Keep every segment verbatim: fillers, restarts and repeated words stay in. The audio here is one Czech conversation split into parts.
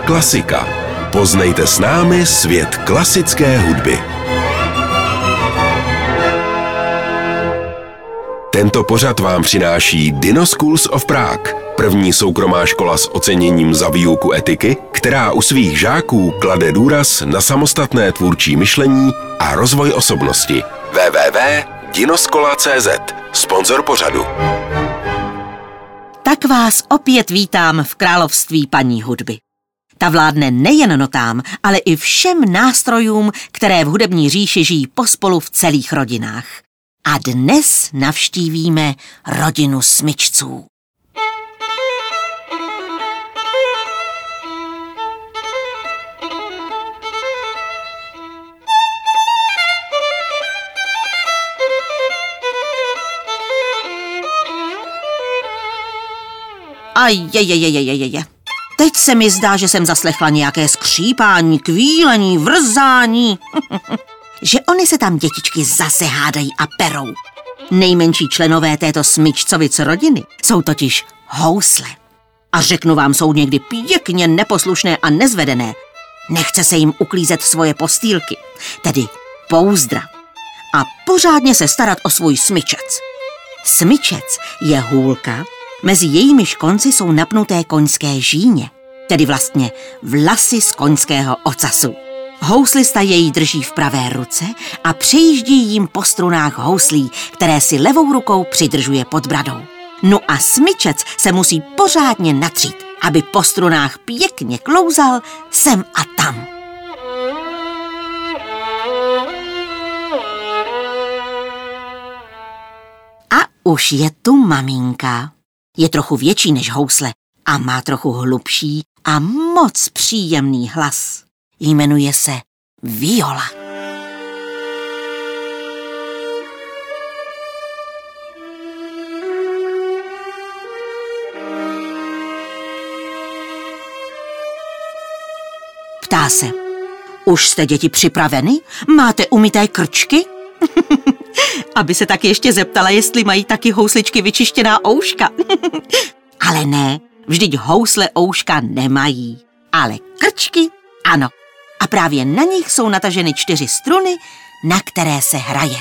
Klasika. Poznejte s námi svět klasické hudby. Tento pořad vám přináší Dino Schools of Prague, první soukromá škola s oceněním za výuku etiky, která u svých žáků klade důraz na samostatné tvůrčí myšlení a rozvoj osobnosti. w w w tečka dinoskola tečka c z, sponzor pořadu. Tak vás opět vítám v království paní hudby. Ta vládne nejen notám, ale i všem nástrojům, které v hudební říši žijí pospolu v celých rodinách. A dnes navštívíme rodinu smyčců. Ajajajajajajaj. Teď se mi zdá, že jsem zaslechla nějaké skřípání, kvílení, vrzání. Že oni se tam dětičky zase hádají a perou. Nejmenší členové této smyčcovic rodiny jsou totiž housle. A řeknu vám, jsou někdy pěkně neposlušné a nezvedené. Nechce se jim uklízet svoje postýlky, tedy pouzdra. A pořádně se starat o svůj smyčec. Smyčec je hůlka, mezi jejímiž konci jsou napnuté koňské žíně, tedy vlastně vlasy z koňského ocasu. Houslista jej drží v pravé ruce a přejíždí jim po strunách houslí, které si levou rukou přidržuje pod bradou. No a smyčec se musí pořádně natřít, aby po strunách pěkně klouzal sem a tam. A už je tu maminka. Je trochu větší než housle a má trochu hlubší a moc příjemný hlas. Jmenuje se Viola. Ptá se: už jste, děti, připraveny? Máte umyté krčky? Aby se tak ještě zeptala, jestli mají taky housličky vyčištěná ouška. Ale ne, vždyť housle ouška nemají, ale krčky ano. A právě na nich jsou nataženy čtyři struny, na které se hraje.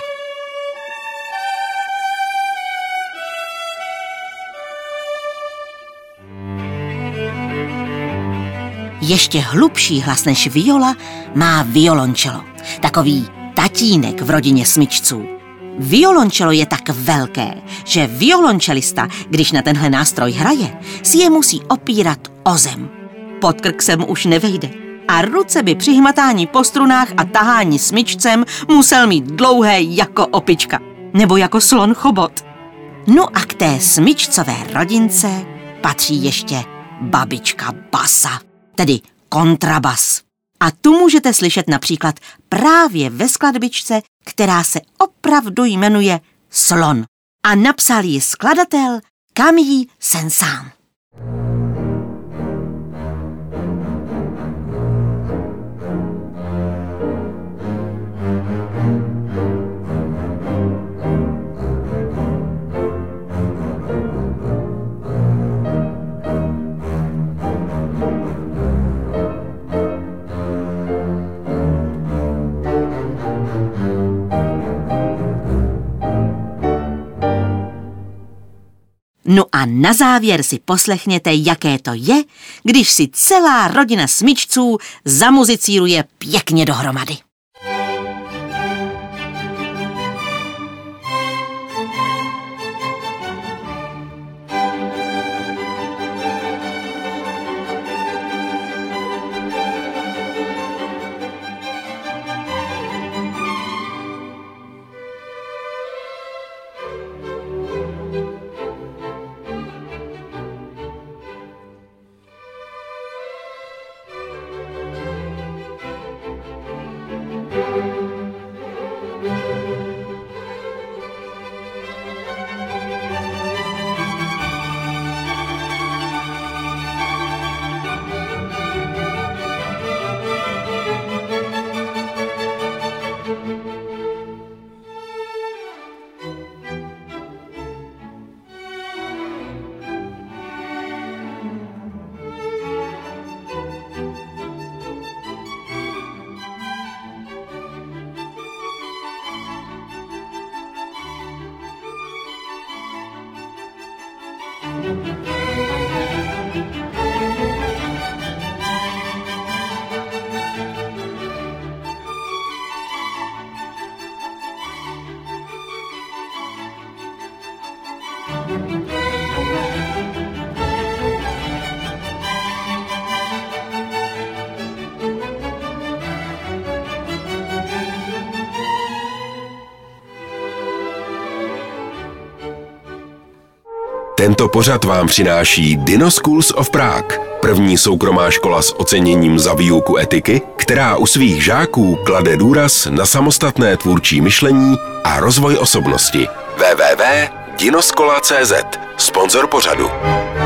Ještě hlubší hlas než viola má violončelo, takový tatínek v rodině smyčců. Violončelo je tak velké, že violončelista, když na tenhle nástroj hraje, si je musí opírat o zem. Pod krk se mu už nevejde a ruce by při hmatání po strunách a tahání smyčcem musel mít dlouhé jako opička nebo jako slon chobot. No a k té smyčcové rodince patří ještě babička basa, tedy kontrabas. A tu můžete slyšet například právě ve skladbičce, která se opravdu jmenuje Slon. A napsal ji skladatel Camille Saint-Saëns. No a na závěr si poslechněte, jaké to je, když si celá rodina smyčců zamuzicíruje pěkně dohromady. Tento pořad vám přináší Dino Schools of Prague, první soukromá škola s oceněním za výuku etiky, která u svých žáků klade důraz na samostatné tvůrčí myšlení a rozvoj osobnosti. w w w tečka dinoskola tečka cz, sponzor pořadu.